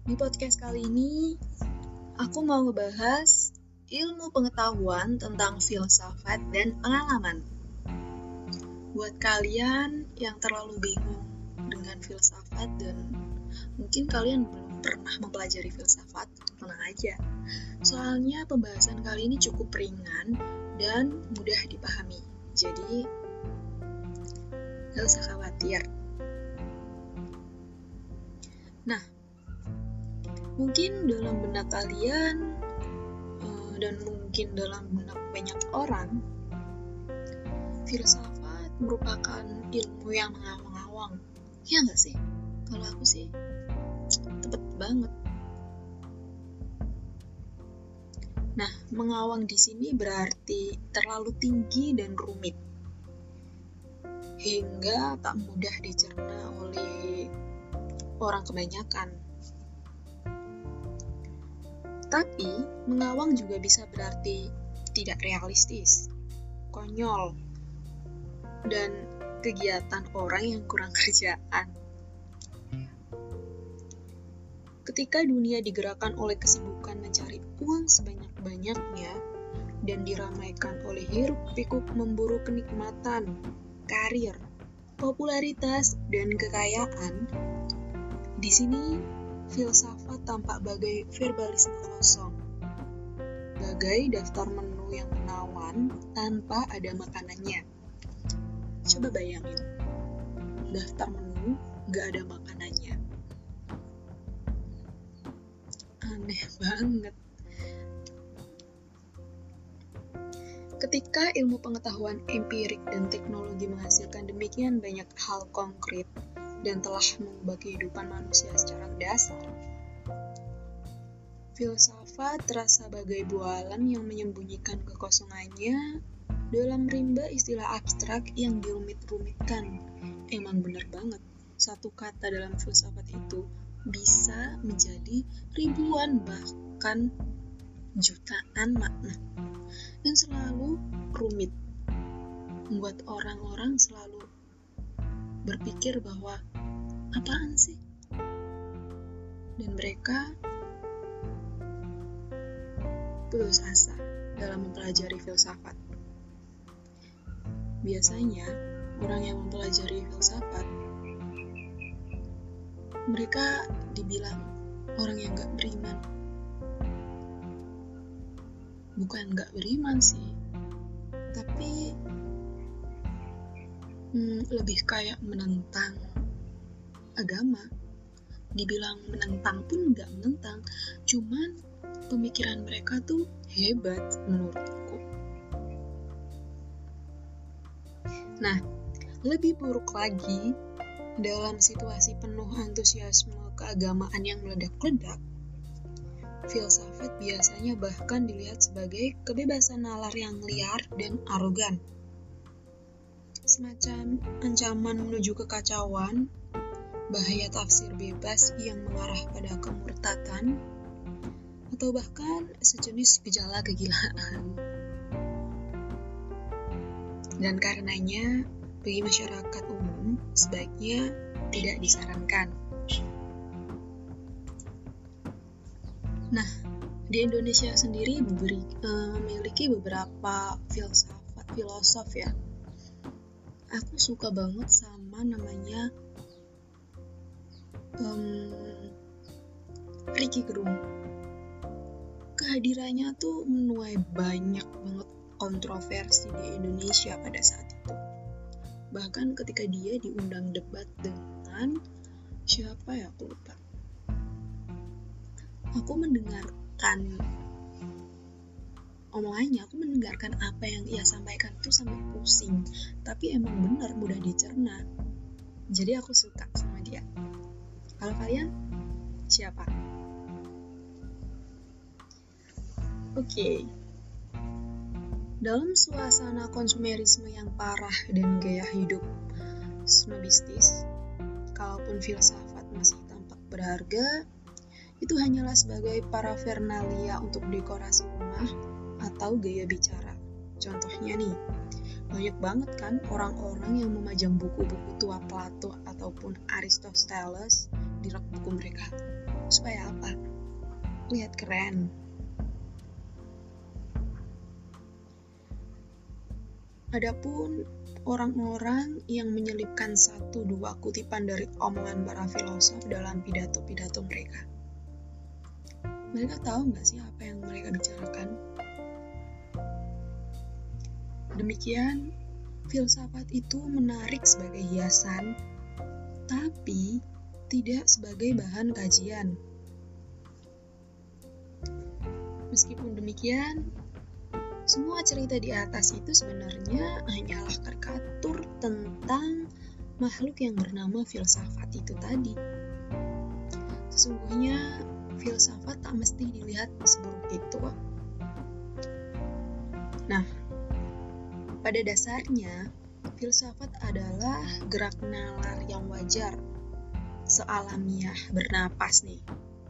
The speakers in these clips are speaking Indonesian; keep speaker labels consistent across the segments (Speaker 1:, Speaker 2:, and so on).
Speaker 1: Di podcast kali ini, aku mau ngebahas ilmu pengetahuan tentang filsafat dan pengalaman. Buat kalian yang terlalu bingung dengan filsafat dan mungkin kalian belum pernah mempelajari filsafat, tenang aja. Soalnya pembahasan kali ini cukup ringan dan mudah dipahami. Jadi, gak usah khawatir. Nah, mungkin dalam benak kalian dan mungkin dalam benak banyak orang, filsafat merupakan ilmu yang mengawang-awang. Ya nggak sih? Kalau aku sih, tepat banget. Nah, mengawang di sini berarti terlalu tinggi dan rumit, hingga tak mudah dicerna oleh orang kebanyakan. Tapi, mengawang juga bisa berarti tidak realistis, konyol, dan kegiatan orang yang kurang kerjaan. Ketika dunia digerakkan oleh kesibukan mencari uang sebanyak-banyaknya dan diramaikan oleh hiruk-pikuk memburu kenikmatan, karir, popularitas, dan kekayaan, di sini filsafat tampak bagai verbalisme kosong, bagai daftar menu yang menawan tanpa ada makanannya. Coba bayangin, daftar menu gak ada makanannya. Aneh banget. Ketika ilmu pengetahuan empirik dan teknologi menghasilkan demikian banyak hal konkret dan telah mengubah kehidupan manusia secara dasar, filsafat terasa bagai bualan yang menyembunyikan kekosongannya dalam rimba istilah abstrak yang dirumit-rumitkan. Emang bener banget, satu kata dalam filsafat itu bisa menjadi ribuan bahkan jutaan makna, dan selalu rumit, membuat orang-orang selalu berpikir bahwa apaan sih? Dan mereka putus asa dalam mempelajari filsafat. Biasanya, orang yang mempelajari filsafat, mereka dibilang orang yang gak beriman. Bukan gak beriman sih, tapi lebih kayak menentang agama. Dibilang menentang pun gak menentang, cuman pemikiran mereka tuh hebat menurutku. Nah, lebih buruk lagi, dalam situasi penuh antusiasme keagamaan yang meledak-ledak, filsafat biasanya bahkan dilihat sebagai kebebasan nalar yang liar dan arogan. Semacam ancaman menuju kekacauan, bahaya tafsir bebas yang mengarah pada kemurtatan, atau bahkan sejenis gejala kegilaan. Dan karenanya, bagi masyarakat umum, sebaiknya tidak disarankan. Nah, di Indonesia sendiri memiliki beberapa filosof ya. Aku suka banget sama namanya Ricky Gerung. Kehadirannya tuh menuai banyak banget kontroversi di Indonesia pada saat itu. Bahkan ketika dia diundang debat dengan siapa ya, aku lupa. Aku mendengarkan omongannya, aku mendengarkan apa yang ia sampaikan tuh sampai pusing. Tapi emang benar mudah dicerna. Jadi aku suka sama dia. Kalau kalian, siapa? Oke. Dalam suasana konsumerisme yang parah dan gaya hidup snobistis, kalaupun filsafat masih tampak berharga, itu hanyalah sebagai parafernalia untuk dekorasi rumah atau gaya bicara. Contohnya nih, banyak banget kan orang-orang yang memajang buku-buku tua Plato ataupun Aristoteles di rak buku mereka. Supaya apa? Lihat keren. Adapun orang-orang yang menyelipkan 1-2 kutipan dari omongan para filosof dalam pidato-pidato mereka. Mereka tahu nggak sih apa yang mereka bicarakan? Demikian, filsafat itu menarik sebagai hiasan, tapi tidak sebagai bahan kajian. Meskipun demikian, semua cerita di atas itu sebenarnya hanyalah karikatur tentang makhluk yang bernama filsafat itu tadi. Sesungguhnya, filsafat tak mesti dilihat seburuk itu kok. Nah, pada dasarnya, filsafat adalah gerak nalar yang wajar, sealamiah bernapas nih.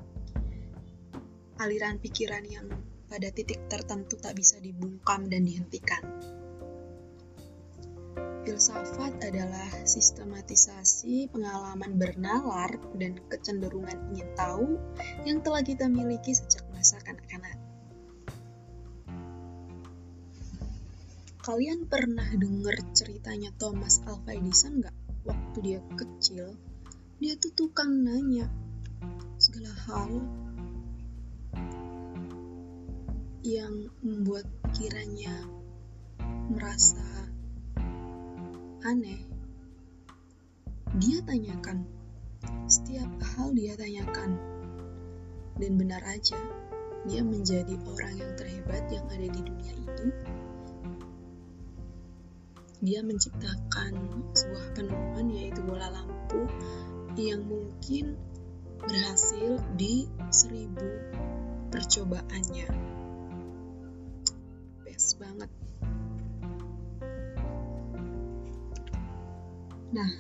Speaker 1: Aliran pikiran yang pada titik tertentu tak bisa dibungkam dan dihentikan. Filsafat adalah sistematisasi pengalaman bernalar dan kecenderungan ingin tahu yang telah kita miliki sejak masa kanak-kanak. Kalian pernah dengar ceritanya Thomas Alva Edison nggak? Waktu dia kecil, dia tuh tukang nanya segala hal yang membuat pikirannya merasa aneh. Dia tanyakan, setiap hal dia tanyakan, dan benar aja, dia menjadi orang yang terhebat yang ada di dunia ini. Dia menciptakan sebuah penemuan, yaitu bola lampu yang mungkin berhasil di 1000 percobaannya. Best banget. Nah,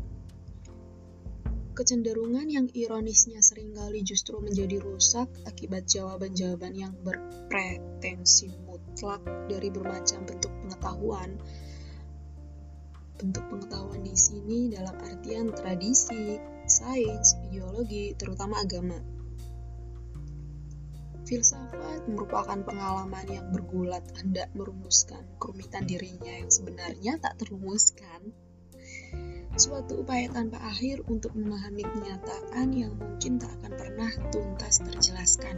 Speaker 1: kecenderungan yang ironisnya seringkali justru menjadi rusak akibat jawaban-jawaban yang berpretensi mutlak dari bermacam bentuk pengetahuan. Bentuk pengetahuan di sini dalam artian tradisi, sains, ideologi, terutama agama. Filsafat merupakan pengalaman yang bergulat hendak merumuskan kerumitan dirinya yang sebenarnya tak terrumuskan. Suatu upaya tanpa akhir untuk memahami kenyataan yang mungkin tak akan pernah tuntas terjelaskan.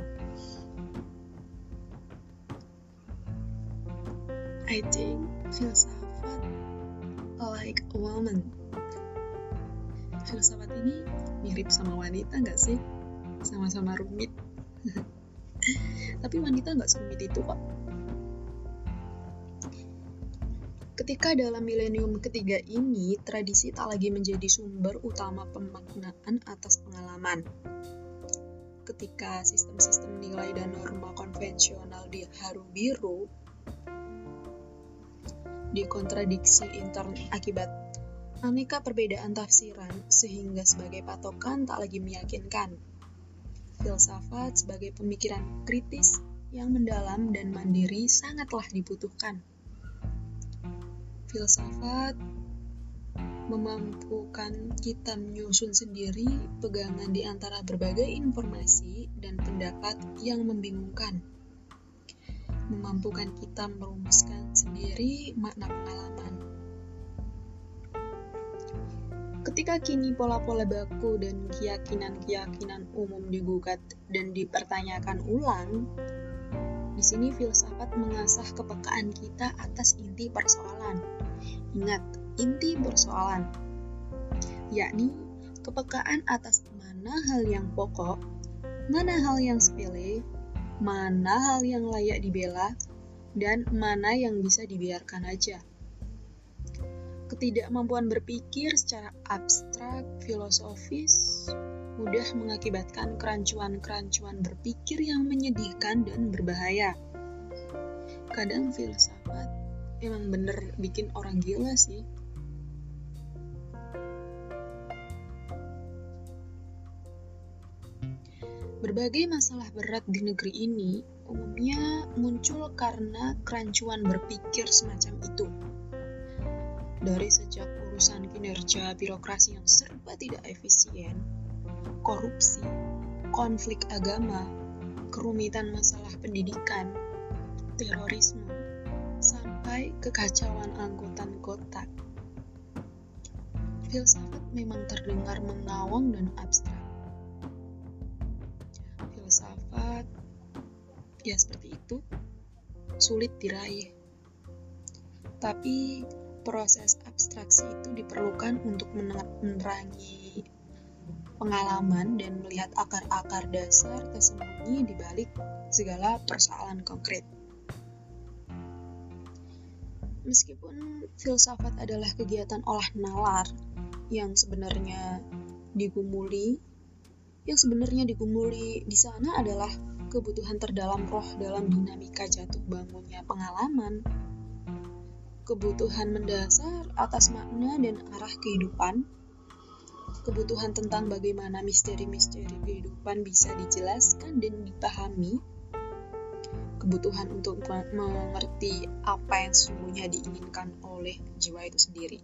Speaker 1: I think filsafat like a woman. Filsafat ini mirip sama wanita nggak sih? Sama-sama rumit. Tapi wanita nggak serumit itu kok. Ketika dalam milenium ketiga ini, tradisi tak lagi menjadi sumber utama pemaknaan atas pengalaman. Ketika sistem-sistem nilai dan norma konvensional diharu biru, dikontradiksi intern akibat aneka perbedaan tafsiran, sehingga sebagai patokan tak lagi meyakinkan. Filsafat sebagai pemikiran kritis yang mendalam dan mandiri sangatlah dibutuhkan. Filsafat memampukan kita menyusun sendiri pegangan di antara berbagai informasi dan pendapat yang membingungkan. Memampukan kita merumuskan sendiri makna pengalaman. Ketika kini pola-pola baku dan keyakinan-keyakinan umum digugat dan dipertanyakan ulang, di sini filsafat mengasah kepekaan kita atas inti persoalan. Ingat, inti persoalan, yakni kepekaan atas mana hal yang pokok, mana hal yang sepele, mana hal yang layak dibela, dan mana yang bisa dibiarkan aja. Ketidakmampuan berpikir secara abstrak, filosofis, mudah mengakibatkan kerancuan-kerancuan berpikir yang menyedihkan dan berbahaya. Kadang filsafat emang bener bikin orang gila sih. Berbagai masalah berat di negeri ini umumnya muncul karena kerancuan berpikir semacam itu. Dari sejak urusan kinerja birokrasi yang serba tidak efisien, korupsi, konflik agama, kerumitan masalah pendidikan, terorisme, sampai kekacauan angkutan kota. Filsafat memang terdengar mengawang dan abstrak. Filsafat, ya seperti itu, sulit diraih. Tapi proses abstraksi itu diperlukan untuk menerangi pengalaman dan melihat akar-akar dasar tersembunyi di balik segala persoalan konkret. Meskipun filsafat adalah kegiatan olah nalar yang sebenarnya digumuli di sana adalah kebutuhan terdalam roh dalam dinamika jatuh bangunnya pengalaman, kebutuhan mendasar atas makna dan arah kehidupan, kebutuhan tentang bagaimana misteri-misteri kehidupan bisa dijelaskan dan dipahami, kebutuhan untuk mengerti apa yang sesungguhnya diinginkan oleh jiwa itu sendiri.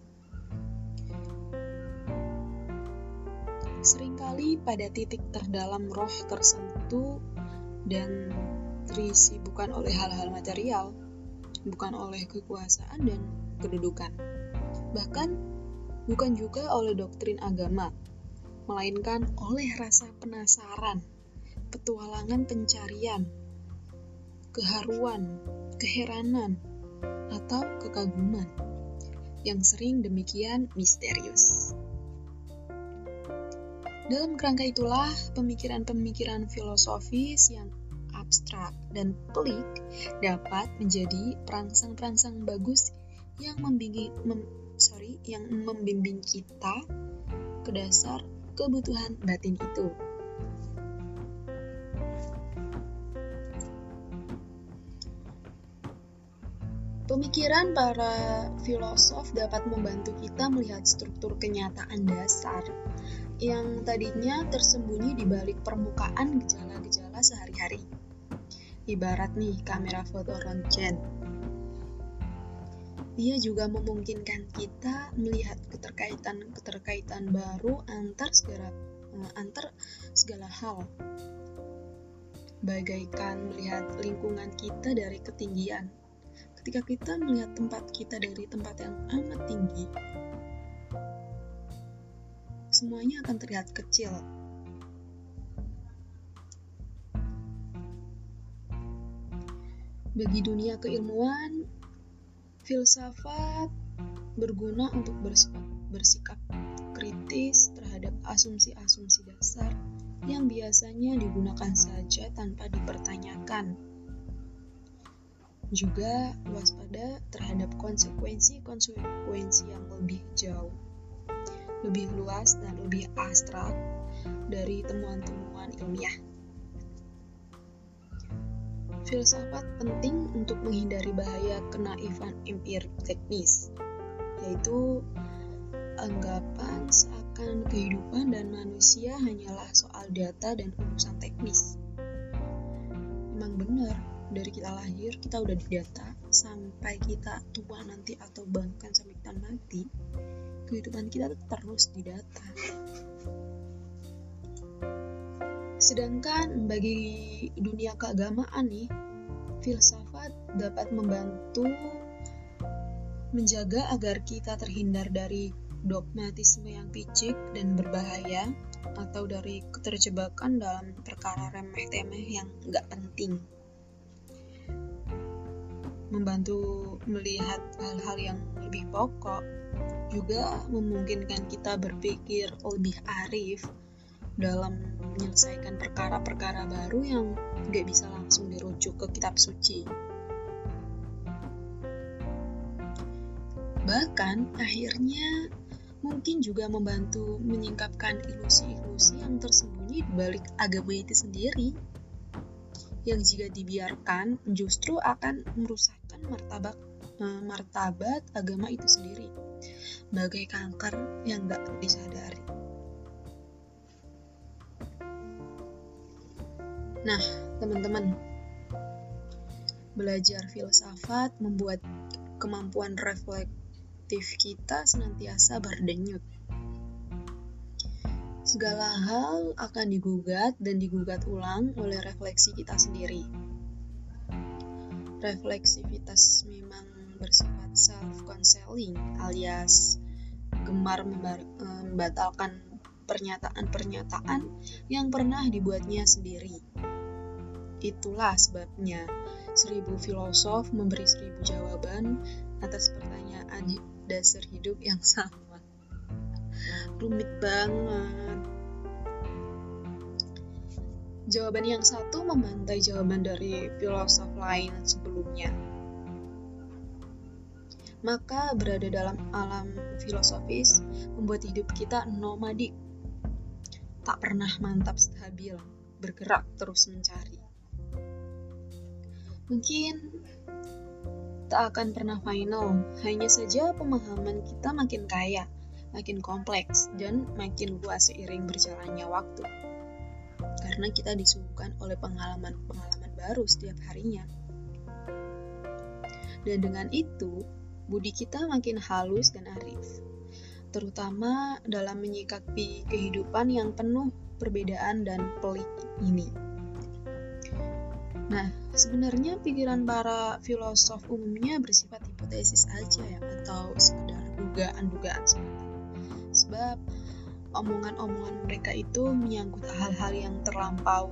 Speaker 1: Seringkali pada titik terdalam roh tersentuh dan terisi bukan oleh hal-hal material, bukan oleh kekuasaan dan kedudukan, bahkan bukan juga oleh doktrin agama, melainkan oleh rasa penasaran, petualangan pencarian, keharuan, keheranan, atau kekaguman yang sering demikian misterius. Dalam kerangka itulah pemikiran-pemikiran filosofis yang abstrak dan pelik dapat menjadi perangsang-perangsang bagus yang membimbing kita ke dasar kebutuhan batin itu. Pemikiran para filosof dapat membantu kita melihat struktur kenyataan dasar yang tadinya tersembunyi di balik permukaan gejala-gejala sehari-hari. Ibarat nih kamera foto röntgen. Dia juga memungkinkan kita melihat keterkaitan baru antar segala hal. Bagaikan melihat lingkungan kita dari ketinggian. Ketika kita melihat tempat kita dari tempat yang amat tinggi, semuanya akan terlihat kecil. Bagi dunia keilmuan, filsafat berguna untuk bersikap kritis terhadap asumsi-asumsi dasar yang biasanya digunakan saja tanpa dipertanyakan. Juga waspada terhadap konsekuensi-konsekuensi yang lebih jauh, lebih luas dan lebih abstrak dari temuan-temuan ilmiah. Filsafat penting untuk menghindari bahaya kenaifan empirik teknis, yaitu anggapan seakan kehidupan dan manusia hanyalah soal data dan urusan teknis. Memang benar, dari kita lahir kita udah didata, sampai kita tua nanti atau bahkan sampai kita mati, kehidupan kita terus didata. Sedangkan bagi dunia keagamaan nih, filsafat dapat membantu menjaga agar kita terhindar dari dogmatisme yang picik dan berbahaya, atau dari keterjebakan dalam perkara remeh-temeh yang nggak penting. Membantu melihat hal-hal yang lebih pokok, juga memungkinkan kita berpikir lebih arif dalam menyelesaikan perkara-perkara baru yang nggak bisa langsung dirujuk ke kitab suci. Bahkan akhirnya mungkin juga membantu menyingkapkan ilusi-ilusi yang tersembunyi di balik agama itu sendiri, yang jika dibiarkan justru akan merusakkan martabat agama itu sendiri, bagai kanker yang gak disadari. Nah, teman-teman, belajar filsafat membuat kemampuan reflektif kita senantiasa berdenyut. Segala hal akan digugat dan digugat ulang oleh refleksi kita sendiri. Refleksivitas memang bersifat self-counseling alias gemar membatalkan pernyataan-pernyataan yang pernah dibuatnya sendiri. Itulah sebabnya 1000 filosof memberi 1000 jawaban atas pertanyaan dasar hidup yang sama. Rumit banget. Jawaban yang satu memantai jawaban dari filosof lain sebelumnya. Maka berada dalam alam filosofis membuat hidup kita nomadik. Tak pernah mantap stabil, bergerak terus mencari. Mungkin tak akan pernah final, hanya saja pemahaman kita makin kaya, makin kompleks, dan makin luas seiring berjalannya waktu. Karena kita disuguhkan oleh pengalaman-pengalaman baru setiap harinya. Dan dengan itu, budi kita makin halus dan arif, terutama dalam menyikapi kehidupan yang penuh perbedaan dan pelik ini. Nah, sebenarnya pikiran para filosof umumnya bersifat hipotesis aja ya, atau sekedar dugaan-dugaan semata. Sebab omongan-omongan mereka itu menyangkut hal-hal yang terlampau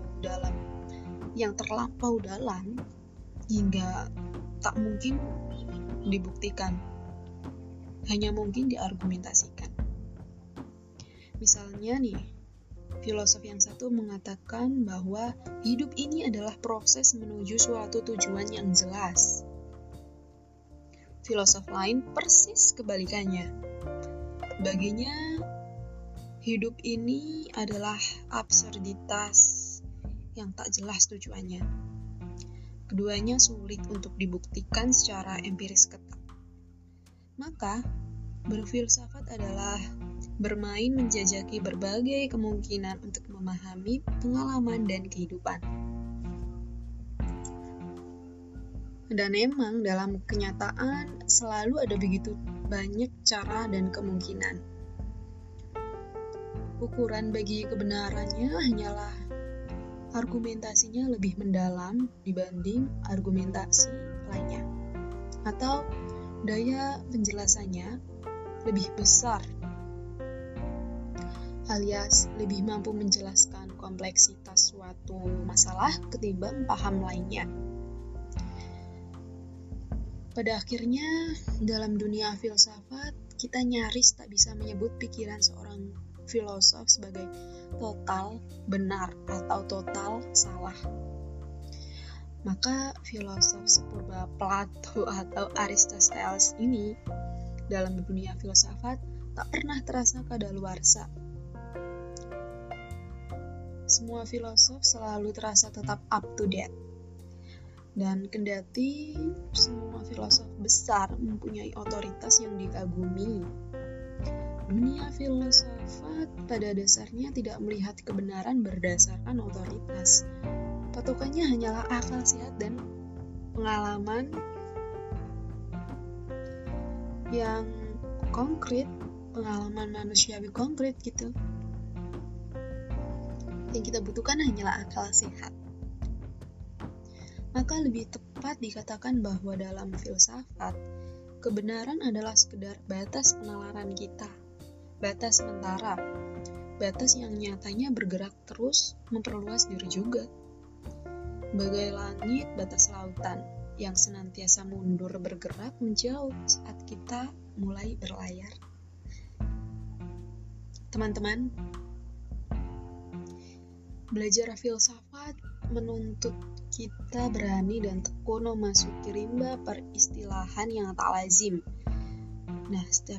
Speaker 1: dalam hingga tak mungkin dibuktikan, hanya mungkin diargumentasikan. Misalnya nih, filosof yang satu mengatakan bahwa hidup ini adalah proses menuju suatu tujuan yang jelas. Filosof lain persis kebalikannya. Baginya, hidup ini adalah absurditas yang tak jelas tujuannya. Keduanya sulit untuk dibuktikan secara empiris ketat. Maka, berfilsafat adalah bermain menjajaki berbagai kemungkinan untuk memahami pengalaman dan kehidupan. Dan memang dalam kenyataan selalu ada begitu banyak cara dan kemungkinan. Ukuran bagi kebenarannya hanyalah argumentasinya lebih mendalam dibanding argumentasi lainnya, atau daya penjelasannya lebih besar, alias lebih mampu menjelaskan kompleksitas suatu masalah ketimbang paham lainnya. Pada akhirnya, dalam dunia filsafat, kita nyaris tak bisa menyebut pikiran seorang filosof sebagai total benar atau total salah. Maka filosof sepurba Plato atau Aristoteles ini dalam dunia filsafat tak pernah terasa kadaluarsa. Semua filosof selalu terasa tetap up to date. Dan kendati semua filosof besar mempunyai otoritas yang dikagumi, dunia filsafat pada dasarnya tidak melihat kebenaran berdasarkan otoritas. Patokannya hanyalah akal sehat dan pengalaman yang konkret, pengalaman manusiawi konkret gitu. Yang kita butuhkan hanyalah akal sehat. Maka lebih tepat dikatakan bahwa dalam filsafat, kebenaran adalah sekedar batas penalaran kita. Batas sementara, batas yang nyatanya bergerak terus memperluas diri juga. Bagai langit batas lautan yang senantiasa mundur bergerak menjauh saat kita mulai berlayar. Teman-teman, belajar filsafat menuntut kita berani dan tekun memasuki rimba peristilahan yang tak lazim. Nah, setiap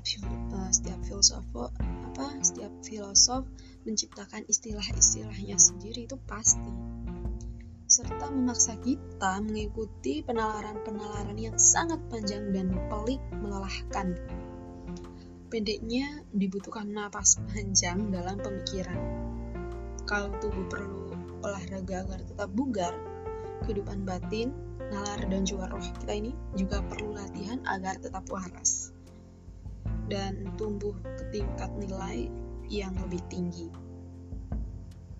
Speaker 1: filosof menciptakan istilah-istilahnya sendiri itu pasti, serta memaksa kita mengikuti penalaran-penalaran yang sangat panjang dan pelik melelahkan. Pendeknya, dibutuhkan napas panjang dalam pemikiran. Kalau tubuh perlu olahraga agar tetap bugar, kehidupan batin, nalar dan jiwa roh kita ini juga perlu latihan agar tetap waras dan tumbuh ke tingkat nilai yang lebih tinggi.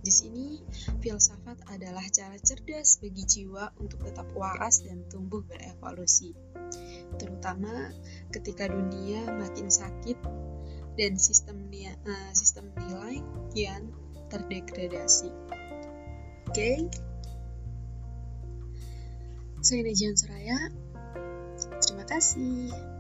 Speaker 1: Di sini, filsafat adalah cara cerdas bagi jiwa untuk tetap waras dan tumbuh berevolusi, terutama ketika dunia makin sakit dan sistem nilai kian terdegradasi. Oke, saya Najian Seraya. Terima kasih.